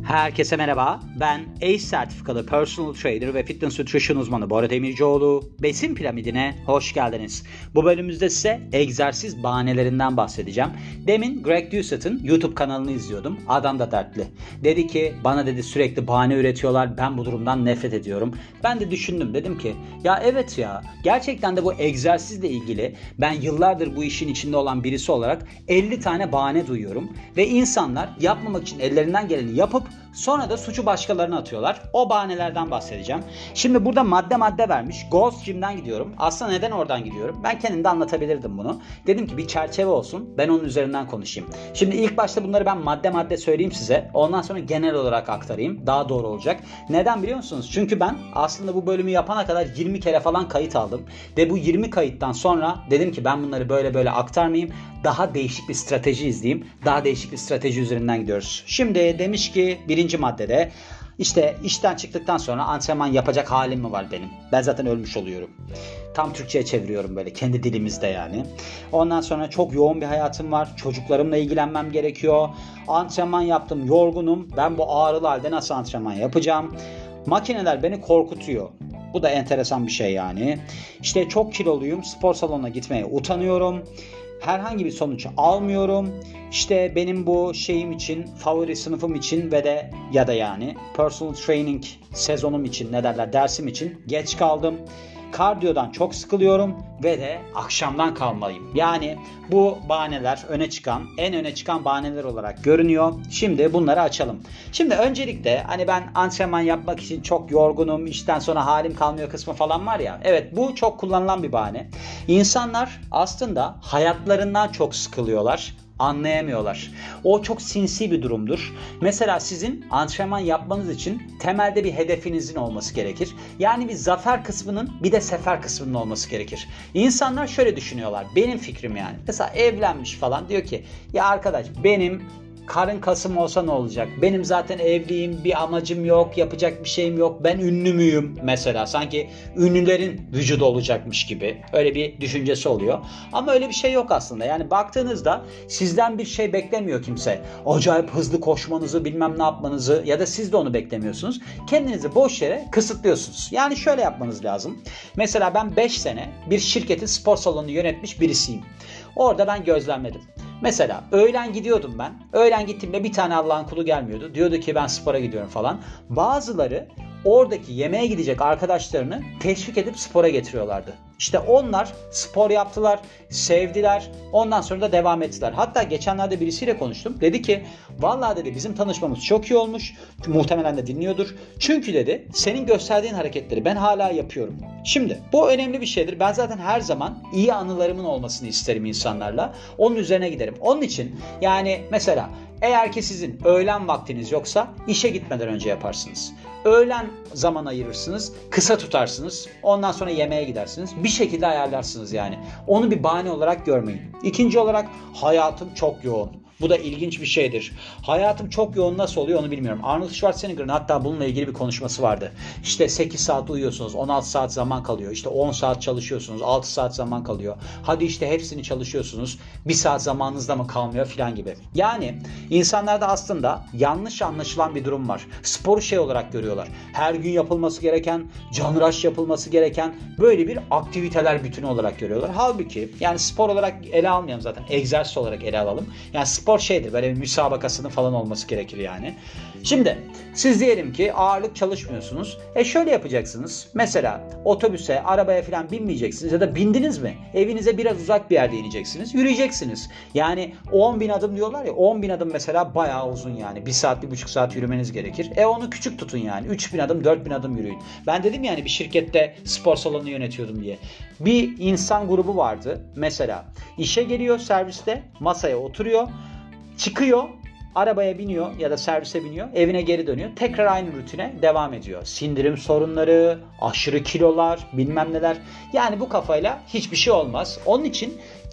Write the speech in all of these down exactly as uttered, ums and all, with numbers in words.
Herkese merhaba. Ben A C E sertifikalı personal trainer ve fitness nutrition uzmanı Bora Demircioğlu. Besin piramidine hoş geldiniz. Bu bölümümüzde size egzersiz bahanelerinden bahsedeceğim. Demin Greg Doucet'ın YouTube kanalını izliyordum. Adam da dertli. Dedi ki bana dedi sürekli bahane üretiyorlar. Ben bu durumdan nefret ediyorum. Ben de düşündüm. Dedim ki ya evet ya gerçekten de bu egzersizle ilgili ben yıllardır bu işin içinde olan birisi olarak elli tane bahane duyuyorum. Ve insanlar yapmamak için ellerinden geleni yapıp sonra da suçu başkalarına atıyorlar. O bahanelerden bahsedeceğim. Şimdi burada madde madde vermiş. Ghost Gym'den gidiyorum. Aslında neden oradan gidiyorum? Ben kendim de anlatabilirdim bunu. Dedim ki bir çerçeve olsun. Ben onun üzerinden konuşayım. Şimdi ilk başta bunları ben madde madde söyleyeyim size. Ondan sonra genel olarak aktarayım. Daha doğru olacak. Neden biliyor musunuz? Çünkü ben aslında bu bölümü yapana kadar yirmi kere falan kayıt aldım. Ve bu yirmi kayıttan sonra dedim ki ben bunları böyle böyle aktarmayayım. Daha değişik bir strateji izleyeyim. Daha değişik bir strateji üzerinden gidiyoruz. Şimdi demiş ki birinci maddede işte işten çıktıktan sonra antrenman yapacak halim mi var benim? Ben zaten ölmüş oluyorum. Tam Türkçe'ye çeviriyorum böyle kendi dilimizde yani. Ondan sonra çok yoğun bir hayatım var. Çocuklarımla ilgilenmem gerekiyor. Antrenman yaptım, yorgunum. Ben bu ağrılı halde nasıl antrenman yapacağım? Makineler beni korkutuyor. Bu da enteresan bir şey yani. İşte çok kiloluyum. Spor salonuna gitmeye utanıyorum. Herhangi bir sonuç almıyorum. İşte benim bu şeyim için, favori sınıfım için ve de ya da yani personal training sezonum için ne derler dersim için geç kaldım. Kardiyodan çok sıkılıyorum ve de akşamdan kalmalıyım. Yani bu bahaneler öne çıkan, en öne çıkan bahaneler olarak görünüyor. Şimdi bunları açalım. Şimdi öncelikle hani ben antrenman yapmak için çok yorgunum, işten sonra halim kalmıyor kısmı falan var ya. Evet bu çok kullanılan bir bahane. İnsanlar aslında hayatlarından çok sıkılıyorlar. Anlayamıyorlar. O çok sinsi bir durumdur. Mesela sizin antrenman yapmanız için temelde bir hedefinizin olması gerekir. Yani bir zafer kısmının bir de sefer kısmının olması gerekir. İnsanlar şöyle düşünüyorlar. Benim fikrim yani. Mesela evlenmiş falan diyor ki ya arkadaş benim karın kasım olsa ne olacak? Benim zaten evliyim, bir amacım yok, yapacak bir şeyim yok. Ben ünlü müyüm mesela? Sanki ünlülerin vücudu olacakmış gibi. Öyle bir düşüncesi oluyor. Ama öyle bir şey yok aslında. Yani baktığınızda sizden bir şey beklemiyor kimse. Acayip hızlı koşmanızı, bilmem ne yapmanızı ya da siz de onu beklemiyorsunuz. Kendinizi boş yere kısıtlıyorsunuz. Yani şöyle yapmanız lazım. Mesela ben beş sene bir şirketin spor salonunu yönetmiş birisiyim. Orada ben gözlemledim. Mesela öğlen gidiyordum ben. Öğlen gittiğimde bir tane Allah'ın kulu gelmiyordu. Diyordu ki ben spora gidiyorum falan. Bazıları oradaki yemeğe gidecek arkadaşlarını teşvik edip spora getiriyorlardı. İşte onlar spor yaptılar, sevdiler. Ondan sonra da devam ettiler. Hatta geçenlerde birisiyle konuştum. Dedi ki vallahi dedi bizim tanışmamız çok iyi olmuş. Muhtemelen de dinliyordur. Çünkü dedi senin gösterdiğin hareketleri ben hala yapıyorum. Şimdi bu önemli bir şeydir. Ben zaten her zaman iyi anılarımın olmasını isterim insanlarla. Onun üzerine giderim. Onun için yani mesela eğer ki sizin öğlen vaktiniz yoksa işe gitmeden önce yaparsınız. Öğlen zaman ayırırsınız, kısa tutarsınız. Ondan sonra yemeğe gidersiniz. Bir şekilde ayarlarsınız yani. Onu bir bahane olarak görmeyin. İkinci olarak hayatım çok yoğun. Bu da ilginç bir şeydir. Hayatım çok yoğun nasıl oluyor onu bilmiyorum. Arnold Schwarzenegger'ın hatta bununla ilgili bir konuşması vardı. İşte sekiz saat uyuyorsunuz, on altı saat zaman kalıyor. İşte on saat çalışıyorsunuz, altı saat zaman kalıyor. Hadi işte hepsini çalışıyorsunuz. bir saat zamanınızda mı kalmıyor filan gibi. Yani insanlarda aslında yanlış anlaşılan bir durum var. Sporu şey olarak görüyorlar. Her gün yapılması gereken, canhıraş yapılması gereken böyle bir aktiviteler bütünü olarak görüyorlar. Halbuki yani spor olarak ele almayalım zaten. Egzersiz olarak ele alalım. Yani spor şeydir böyle bir müsabakasının falan olması gerekir yani. Şimdi siz diyelim ki ağırlık çalışmıyorsunuz. E şöyle yapacaksınız. Mesela otobüse, arabaya falan binmeyeceksiniz ya da bindiniz mi? Evinize biraz uzak bir yerde ineceksiniz. Yürüyeceksiniz. Yani on bin adım diyorlar ya on bin adım mesela bayağı uzun yani. bir saat, bir buçuk saat yürümeniz gerekir. E onu küçük tutun yani. üç bin adım, dört bin adım yürüyün. Ben dedim yani bir şirkette spor salonu yönetiyordum diye. Bir insan grubu vardı. Mesela işe geliyor serviste, masaya oturuyor. Çıkıyor, arabaya biniyor ya da servise biniyor, evine geri dönüyor. Tekrar aynı rutine devam ediyor. Sindirim sorunları, aşırı kilolar, bilmem neler. Yani bu kafayla hiçbir şey olmaz. Onun için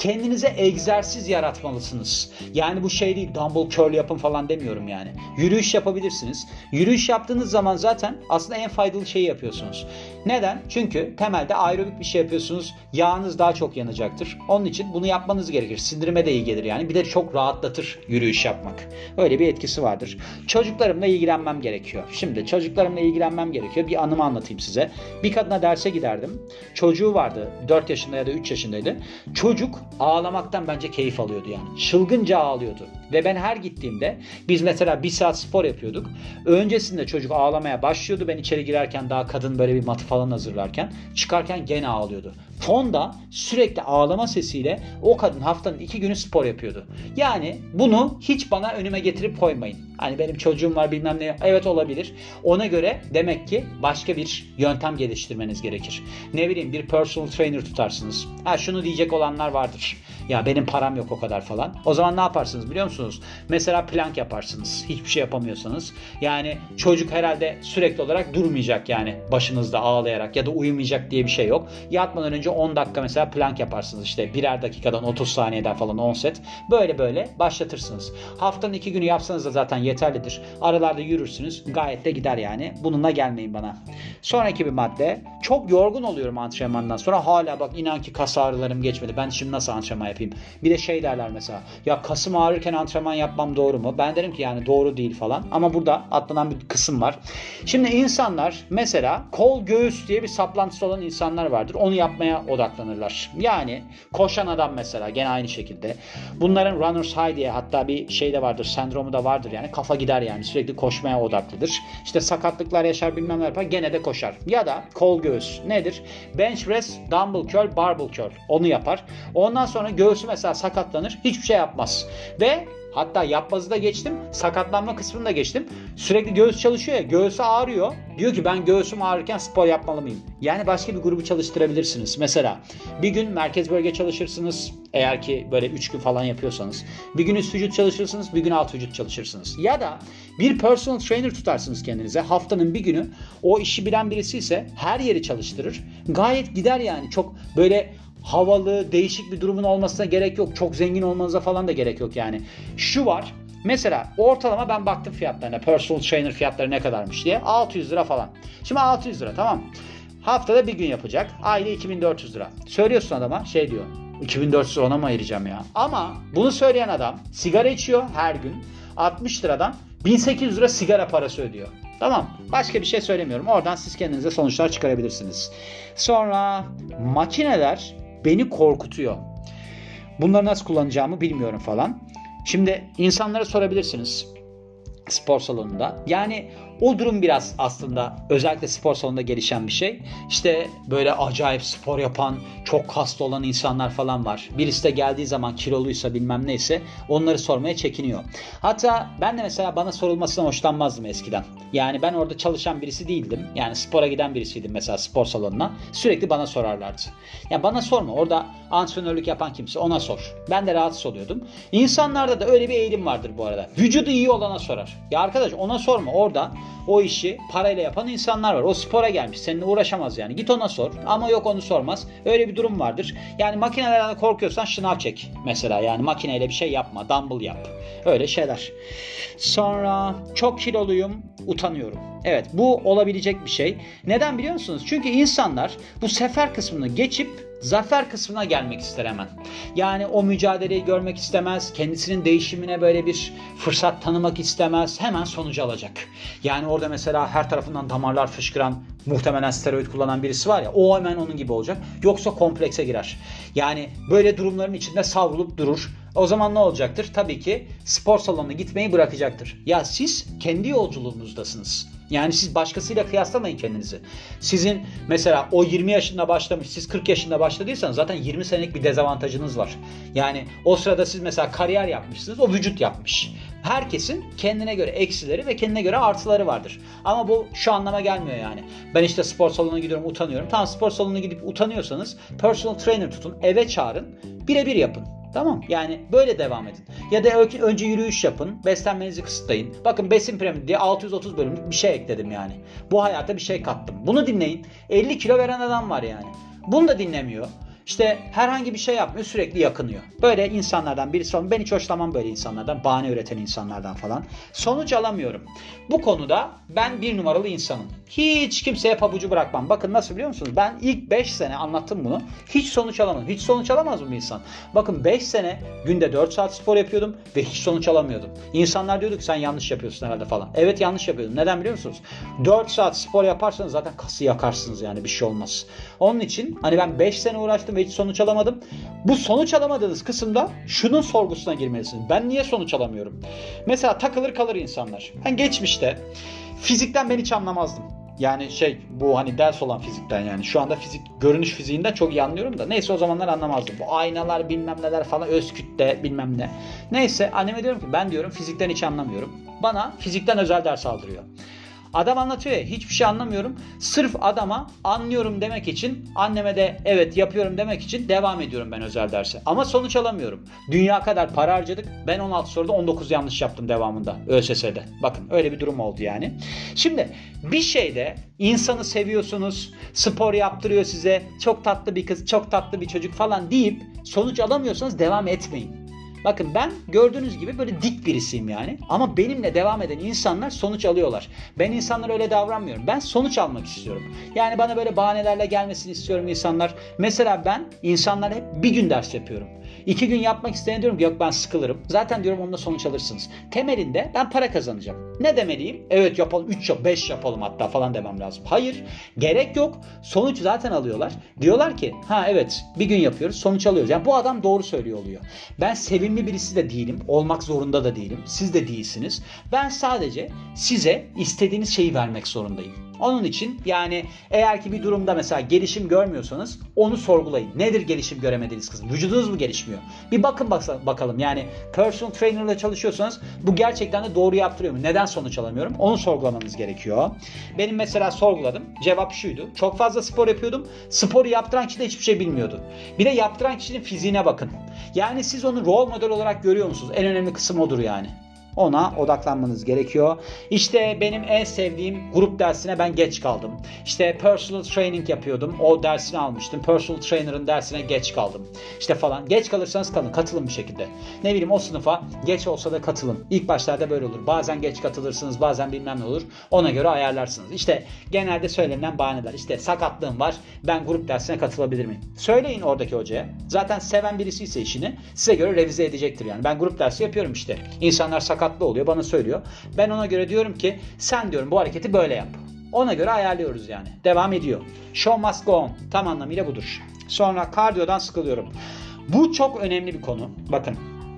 kendinize egzersiz yaratmalısınız. Yani bu şey değil, dumbbell curl yapın falan demiyorum yani. Yürüyüş yapabilirsiniz. Yürüyüş yaptığınız zaman zaten aslında en faydalı şeyi yapıyorsunuz. Neden? Çünkü temelde aerobik bir şey yapıyorsunuz. Yağınız daha çok yanacaktır. Onun için bunu yapmanız gerekir. Sindirime de iyi gelir yani. Bir de çok rahatlatır yürüyüş yapmak. Öyle bir etkisi vardır. Çocuklarımla ilgilenmem gerekiyor. Şimdi çocuklarımla ilgilenmem gerekiyor. Bir anımı anlatayım size. Bir kadına derse giderdim. Çocuğu vardı. dört yaşında ya da üç yaşındaydı. Çocuk ağlamaktan bence keyif alıyordu yani. Çılgınca ağlıyordu. Ve ben her gittiğimde biz mesela bir saat spor yapıyorduk. Öncesinde çocuk ağlamaya başlıyordu. Ben içeri girerken daha kadın böyle bir matı falan hazırlarken çıkarken gene ağlıyordu. Fonda sürekli ağlama sesiyle o kadın haftanın iki günü spor yapıyordu. Yani bunu hiç bana önüme getirip koymayın. Hani benim çocuğum var bilmem ne. Evet olabilir. Ona göre demek ki başka bir yöntem geliştirmeniz gerekir. Ne bileyim bir personal trainer tutarsınız. Ha şunu diyecek olanlar vardır. Ya benim param yok o kadar falan. O zaman ne yaparsınız biliyor musunuz? Mesela plank yaparsınız. Hiçbir şey yapamıyorsanız. Yani çocuk herhalde sürekli olarak durmayacak yani başınızda ağlayarak ya da uyumayacak diye bir şey yok. Yatmadan önce on dakika mesela plank yaparsınız. İşte birer dakikadan otuz saniyeden falan on set. Böyle böyle başlatırsınız. Haftanın iki günü yapsanız da zaten yeterlidir. Aralarda yürürsünüz. Gayet de gider yani. Bununla gelmeyin bana. Sonraki bir madde. Çok yorgun oluyorum antrenmandan sonra. Hala bak inan ki kas ağrılarım geçmedi. Ben şimdi nasıl antrenman yapayım? Bir de şey derler mesela. Ya kasım ağrırken antrenman yapmam doğru mu? Ben derim ki yani doğru değil falan. Ama burada atlanan bir kısım var. Şimdi insanlar mesela kol göğüs diye bir saplantısı olan insanlar vardır. Onu yapmaya odaklanırlar. Yani koşan adam mesela gene aynı şekilde. Bunların runner's high diye hatta bir şey de vardır. Sendromu da vardır yani. Kafa gider yani. Sürekli koşmaya odaklıdır. İşte sakatlıklar yaşar bilmem ne yapar. Gene de koşar. Ya da kol göğüs nedir? Bench press, dumbbell curl, barbell curl. Onu yapar. Ondan sonra göğsü mesela sakatlanır. Hiçbir şey yapmaz. Ve hatta yapmazı da geçtim. Sakatlanma kısmını da geçtim. Sürekli göğüs çalışıyor ya. Göğsü ağrıyor. Diyor ki ben göğsüm ağrırken spor yapmalı mıyım? Yani başka bir grubu çalıştırabilirsiniz. Mesela bir gün merkez bölge çalışırsınız. Eğer ki böyle üç gün falan yapıyorsanız. Bir gün üst vücut çalışırsınız. Bir gün alt vücut çalışırsınız. Ya da bir personal trainer tutarsınız kendinize. Haftanın bir günü o işi bilen birisi ise her yeri çalıştırır. Gayet gider yani. Çok böyle havalı, değişik bir durumun olmasına gerek yok. Çok zengin olmanıza falan da gerek yok yani. Şu var. Mesela ortalama ben baktım fiyatlarına. Personal trainer fiyatları ne kadarmış diye. altı yüz lira falan. Şimdi altı yüz lira tamam. Haftada bir gün yapacak. Ayda iki bin dört yüz lira. Söylüyorsun adama şey diyor. iki bin dört yüz ona mı ayıracağım ya? Ama bunu söyleyen adam sigara içiyor her gün. altmış liradan bin sekiz yüz lira sigara parası ödüyor. Tamam. Başka bir şey söylemiyorum. Oradan siz kendinize sonuçlar çıkarabilirsiniz. Sonra makineler beni korkutuyor. Bunları nasıl kullanacağımı bilmiyorum falan. Şimdi insanlara sorabilirsiniz spor salonunda. Yani o durum biraz aslında özellikle spor salonunda gelişen bir şey. İşte böyle acayip spor yapan, çok kaslı olan insanlar falan var. Birisi de geldiği zaman kiloluysa bilmem neyse onları sormaya çekiniyor. Hatta ben de mesela bana sorulmasından hoşlanmazdım eskiden. Yani ben orada çalışan birisi değildim. Yani spora giden birisiydim mesela spor salonuna. Sürekli bana sorarlardı. Ya bana sorma. Orada antrenörlük yapan kimse ona sor. Ben de rahatsız oluyordum. İnsanlarda da öyle bir eğilim vardır bu arada. Vücudu iyi olana sorar. Ya arkadaş ona sorma. Orada o işi parayla yapan insanlar var. O spora gelmiş. Seninle uğraşamaz yani. Git ona sor. Ama yok onu sormaz. Öyle bir durum vardır. Yani makinelerden korkuyorsan şınav çek. Mesela yani makineyle bir şey yapma. Dumbbell yap. Öyle şeyler. Sonra çok kiloluyum. Utanıyorum. Evet bu olabilecek bir şey. Neden biliyor musunuz? Çünkü insanlar bu sefer kısmını geçip zafer kısmına gelmek ister hemen. Yani o mücadeleyi görmek istemez. Kendisinin değişimine böyle bir fırsat tanımak istemez. Hemen sonucu alacak. Yani orada mesela her tarafından damarlar fışkıran muhtemelen steroid kullanan birisi var ya o hemen onun gibi olacak. Yoksa komplekse girer. Yani böyle durumların içinde savrulup durur. O zaman ne olacaktır? Tabii ki spor salonuna gitmeyi bırakacaktır. Ya siz kendi yolculuğunuzdasınız. Yani siz başkasıyla kıyaslamayın kendinizi. Sizin mesela o yirmi yaşında başlamış, siz kırk yaşında başladıysanız zaten yirmi senelik bir dezavantajınız var. Yani o sırada siz mesela kariyer yapmışsınız, o vücut yapmış. Herkesin kendine göre eksileri ve kendine göre artıları vardır. Ama bu şu anlama gelmiyor yani. Ben işte spor salonuna gidiyorum, utanıyorum. Tamam spor salonuna gidip utanıyorsanız personal trainer tutun, eve çağırın, birebir yapın. Tamam yani böyle devam edin. Ya da önce yürüyüş yapın. Beslenmenizi kısıtlayın. Bakın besin piramidi diye altı yüz otuz bölümlük bir şey ekledim yani. Bu hayata bir şey kattım. Bunu dinleyin. elli kilo veren adam var yani. Bunu da dinlemiyor. İşte herhangi bir şey yapmıyor, sürekli yakınıyor. Böyle insanlardan birisi olun. Ben hiç hoşlanmam böyle insanlardan. Bahane üreten insanlardan falan. Sonuç alamıyorum. Bu konuda ben bir numaralı insanım. Hiç kimseye pabucu bırakmam. Bakın nasıl biliyor musunuz? Ben ilk beş sene anlattım bunu. Hiç sonuç alamadım. Hiç sonuç alamaz mı bir insan? Bakın beş sene günde dört saat spor yapıyordum ve hiç sonuç alamıyordum. İnsanlar diyordu ki sen yanlış yapıyorsun herhalde falan. Evet, yanlış yapıyordum. Neden biliyor musunuz? dört saat spor yaparsanız zaten kası yakarsınız, yani bir şey olmaz. Onun için hani ben beş sene uğraştım ve hiç sonuç alamadım. Bu sonuç alamadığınız kısımda şunun sorgusuna girmelisiniz. Ben niye sonuç alamıyorum? Mesela takılır kalır insanlar. Ben geçmişte fizikten ben hiç anlamazdım. Yani şey, bu hani ders olan fizikten, yani şu anda fizik, görünüş fiziğinden çok iyi anlıyorum da neyse, o zamanlar anlamazdım. Bu aynalar bilmem neler falan, öz kütle bilmem ne. Neyse, anneme diyorum ki ben diyorum fizikten hiç anlamıyorum. Bana fizikten özel ders aldırıyor. Adam anlatıyor ya, hiçbir şey anlamıyorum. Sırf adama anlıyorum demek için, anneme de evet yapıyorum demek için devam ediyorum ben özel derse. Ama sonuç alamıyorum. Dünya kadar para harcadık. Ben on altı soruda on dokuz yanlış yaptım devamında ÖSS'de. Bakın öyle bir durum oldu yani. Şimdi bir şeyde insanı seviyorsunuz, spor yaptırıyor size, çok tatlı bir kız, çok tatlı bir çocuk falan deyip sonuç alamıyorsanız devam etmeyin. Bakın ben gördüğünüz gibi böyle dik birisiyim yani. Ama benimle devam eden insanlar sonuç alıyorlar. Ben insanlara öyle davranmıyorum. Ben sonuç almak istiyorum. Yani bana böyle bahanelerle gelmesini istiyorum insanlar. Mesela ben insanlara hep bir gün ders yapıyorum. İki gün yapmak isteyene diyorum ki yok ben sıkılırım. Zaten diyorum onunla sonuç alırsınız. Temelinde ben para kazanacağım. Ne demeliyim? Evet yapalım, üç yap, beş yapalım hatta falan demem lazım. Hayır, gerek yok. Sonuç zaten alıyorlar. Diyorlar ki ha evet bir gün yapıyoruz, sonuç alıyoruz. Yani bu adam doğru söylüyor oluyor. Ben sevimli birisi de değilim. Olmak zorunda da değilim. Siz de değilsiniz. Ben sadece size istediğiniz şeyi vermek zorundayım. Onun için yani eğer ki bir durumda mesela gelişim görmüyorsanız onu sorgulayın. Nedir gelişim göremediğiniz kısım? Vücudunuz mu gelişmiyor? Bir bakın bakalım. Yani personal trainer ile çalışıyorsanız bu gerçekten de doğru yaptırıyor mu? Neden sonuç alamıyorum? Onu sorgulamanız gerekiyor. Benim mesela sorguladım. Cevap şuydu. Çok fazla spor yapıyordum. Sporu yaptıran kişi de hiçbir şey bilmiyordu. Bir de yaptıran kişinin fiziğine bakın. Yani siz onu rol model olarak görüyor musunuz? En önemli kısım odur yani. Ona odaklanmanız gerekiyor. İşte benim en sevdiğim grup dersine ben geç kaldım. İşte personal training yapıyordum. O dersini almıştım. Personal trainer'ın dersine geç kaldım. İşte falan. Geç kalırsanız kalın. Katılın bir şekilde. Ne bileyim o sınıfa geç olsa da katılın. İlk başlarda böyle olur. Bazen geç katılırsınız. Bazen bilmem ne olur. Ona göre ayarlarsınız. İşte genelde söylenen bahaneler. İşte sakatlığım var. Ben grup dersine katılabilir miyim? Söyleyin oradaki hocaya. Zaten seven birisi ise işini size göre revize edecektir yani. Ben grup dersi yapıyorum işte. İnsanlar sakat sakatlı oluyor, bana söylüyor. Ben ona göre diyorum ki sen diyorum bu hareketi böyle yap. Ona göre ayarlıyoruz yani. Devam ediyor. Show must go on. Tam anlamıyla budur. Sonra kardiyodan sıkılıyorum. Bu çok önemli bir konu. Bakın.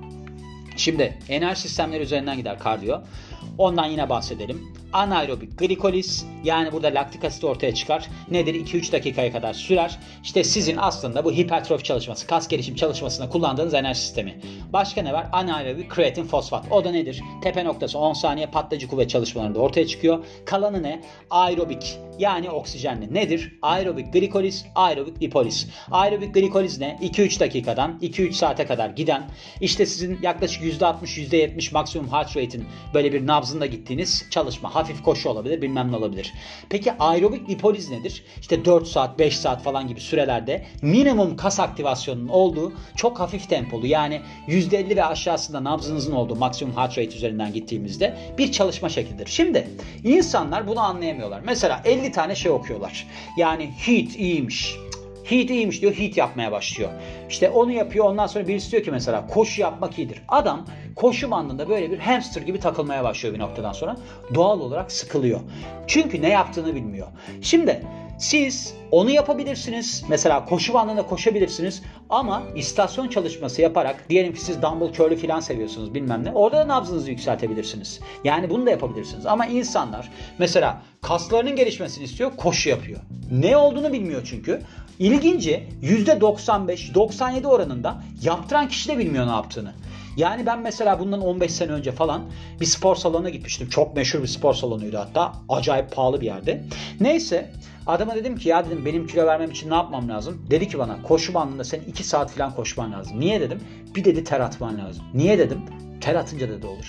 Şimdi enerji sistemleri üzerinden gider kardiyo. Ondan yine bahsedelim. Anaerobik glikoliz, yani burada laktik asit ortaya çıkar. Nedir? iki üç dakikaya kadar sürer. İşte sizin aslında bu hipertrofi çalışması, kas gelişim çalışmasında kullandığınız enerji sistemi. Başka ne var? Anaerobik kreatin fosfat. O da nedir? Tepe noktası on saniye patlayıcı kuvvet çalışmalarında ortaya çıkıyor. Kalanı ne? Aerobik, yani oksijenli. Nedir? Aerobik glikoliz, aerobik lipoliz. Aerobik glikoliz ne? iki üç dakikadan iki üç saate kadar giden, işte sizin yaklaşık yüzde altmış yüzde yetmiş maksimum heart rate'in böyle bir nabzında gittiğiniz çalışma. Hafif koşu olabilir, bilmem ne olabilir. Peki aerobik lipoliz nedir? İşte dört saat, beş saat falan gibi sürelerde minimum kas aktivasyonunun olduğu çok hafif tempolu, yani yüzde elli ve aşağısında nabzınızın olduğu maksimum heart rate üzerinden gittiğimizde bir çalışma şeklidir. Şimdi insanlar bunu anlayamıyorlar. Mesela elli tane şey okuyorlar. Yani heat iyiymiş. Heat iyiymiş diyor, heat yapmaya başlıyor. İşte onu yapıyor, ondan sonra birisi diyor ki mesela koşu yapmak iyidir. Adam koşu bandında böyle bir hamster gibi takılmaya başlıyor bir noktadan sonra. Doğal olarak sıkılıyor. Çünkü ne yaptığını bilmiyor. Şimdi siz onu yapabilirsiniz. Mesela koşu bandında koşabilirsiniz. Ama istasyon çalışması yaparak, diyelim ki siz dumbbell curl'ü falan seviyorsunuz bilmem ne. Orada da nabzınızı yükseltebilirsiniz. Yani bunu da yapabilirsiniz. Ama insanlar mesela kaslarının gelişmesini istiyor, koşu yapıyor. Ne olduğunu bilmiyor çünkü. İlginci yüzde doksan beş doksan yedi oranında yaptıran kişi de bilmiyor ne yaptığını. Yani ben mesela bundan on beş sene önce falan bir spor salonuna gitmiştim. Çok meşhur bir spor salonuydu hatta. Acayip pahalı bir yerde. Neyse adama dedim ki ya dedim benim kilo vermem için ne yapmam lazım? Dedi ki bana koşu bandında senin iki saat falan koşman lazım. Niye dedim? Bir dedi ter atman lazım. Niye dedim? Ter atınca dedi olur.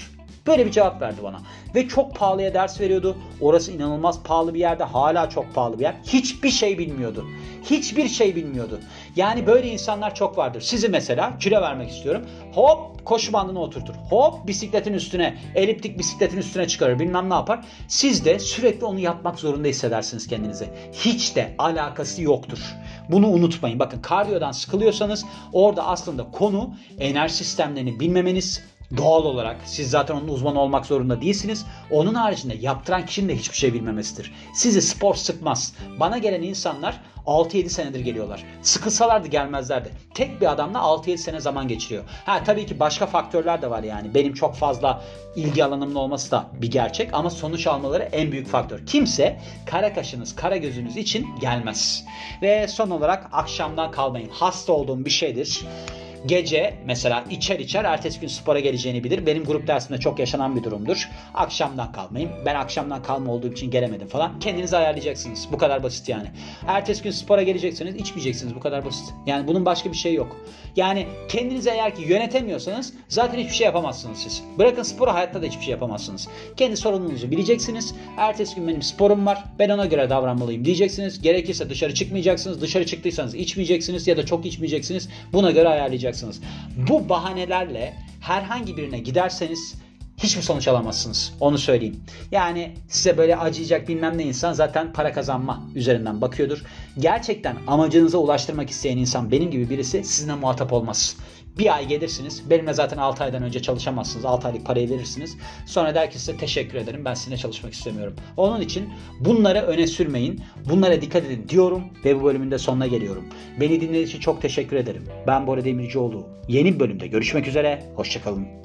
Böyle bir cevap verdi bana. Ve çok pahalıya ders veriyordu. Orası inanılmaz pahalı bir yerde. Hala çok pahalı bir yer. Hiçbir şey bilmiyordu. Hiçbir şey bilmiyordu. Yani böyle insanlar çok vardır. Sizi mesela kilo vermek istiyorum. Hop koşu bandına oturtur. Hop bisikletin üstüne, eliptik bisikletin üstüne çıkarır. Bilmem ne yapar. Siz de sürekli onu yapmak zorunda hissedersiniz kendinizi. Hiç de alakası yoktur. Bunu unutmayın. Bakın kardiyodan sıkılıyorsanız orada aslında konu enerji sistemlerini bilmemeniz. Doğal olarak siz zaten onun uzmanı olmak zorunda değilsiniz. Onun haricinde yaptıran kişinin de hiçbir şey bilmemesidir. Sizi spor sıkmaz. Bana gelen insanlar altı yedi senedir geliyorlar. Sıkılsalardı gelmezlerdi. Tek bir adamla altı yedi sene zaman geçiriyor. Ha tabii ki başka faktörler de var yani. Benim çok fazla ilgi alanımın olması da bir gerçek ama sonuç almaları en büyük faktör. Kimse kara kaşınız, kara gözünüz için gelmez. Ve son olarak akşamdan kalmayın. Hasta olduğum bir şeydir. Gece mesela içer içer ertesi gün spora geleceğini bilir. Benim grup dersimde çok yaşanan bir durumdur. Akşamdan kalmayayım. Ben akşamdan kalma olduğum için gelemedim falan. Kendinizi ayarlayacaksınız. Bu kadar basit yani. Ertesi gün spora geleceksiniz, içmeyeceksiniz. Bu kadar basit. Yani bunun başka bir şey yok. Yani kendinizi eğer ki yönetemiyorsanız zaten hiçbir şey yapamazsınız siz. Bırakın sporu, hayatta da hiçbir şey yapamazsınız. Kendi sorumluluğunuzu bileceksiniz. Ertesi gün benim sporum var. Ben ona göre davranmalıyım diyeceksiniz. Gerekirse dışarı çıkmayacaksınız. Dışarı çıktıysanız içmeyeceksiniz ya da çok içmeyeceksiniz. Buna göre ayarlayacaksınız. Bu bahanelerle herhangi birine giderseniz hiçbir sonuç alamazsınız. Onu söyleyeyim. Yani size böyle acıyacak bilmem ne insan zaten para kazanma üzerinden bakıyordur. Gerçekten amacınıza ulaştırmak isteyen insan benim gibi birisi sizinle muhatap olmaz. Bir ay gelirsiniz. Benimle zaten altı aydan önce çalışamazsınız. altı aylık parayı verirsiniz. Sonra der ki size teşekkür ederim. Ben sizinle çalışmak istemiyorum. Onun için bunları öne sürmeyin. Bunlara dikkat edin diyorum ve bu bölümün de sonuna geliyorum. Beni dinlediğiniz için çok teşekkür ederim. Ben Bora Demircioğlu. Yeni bir bölümde görüşmek üzere. Hoşça kalın.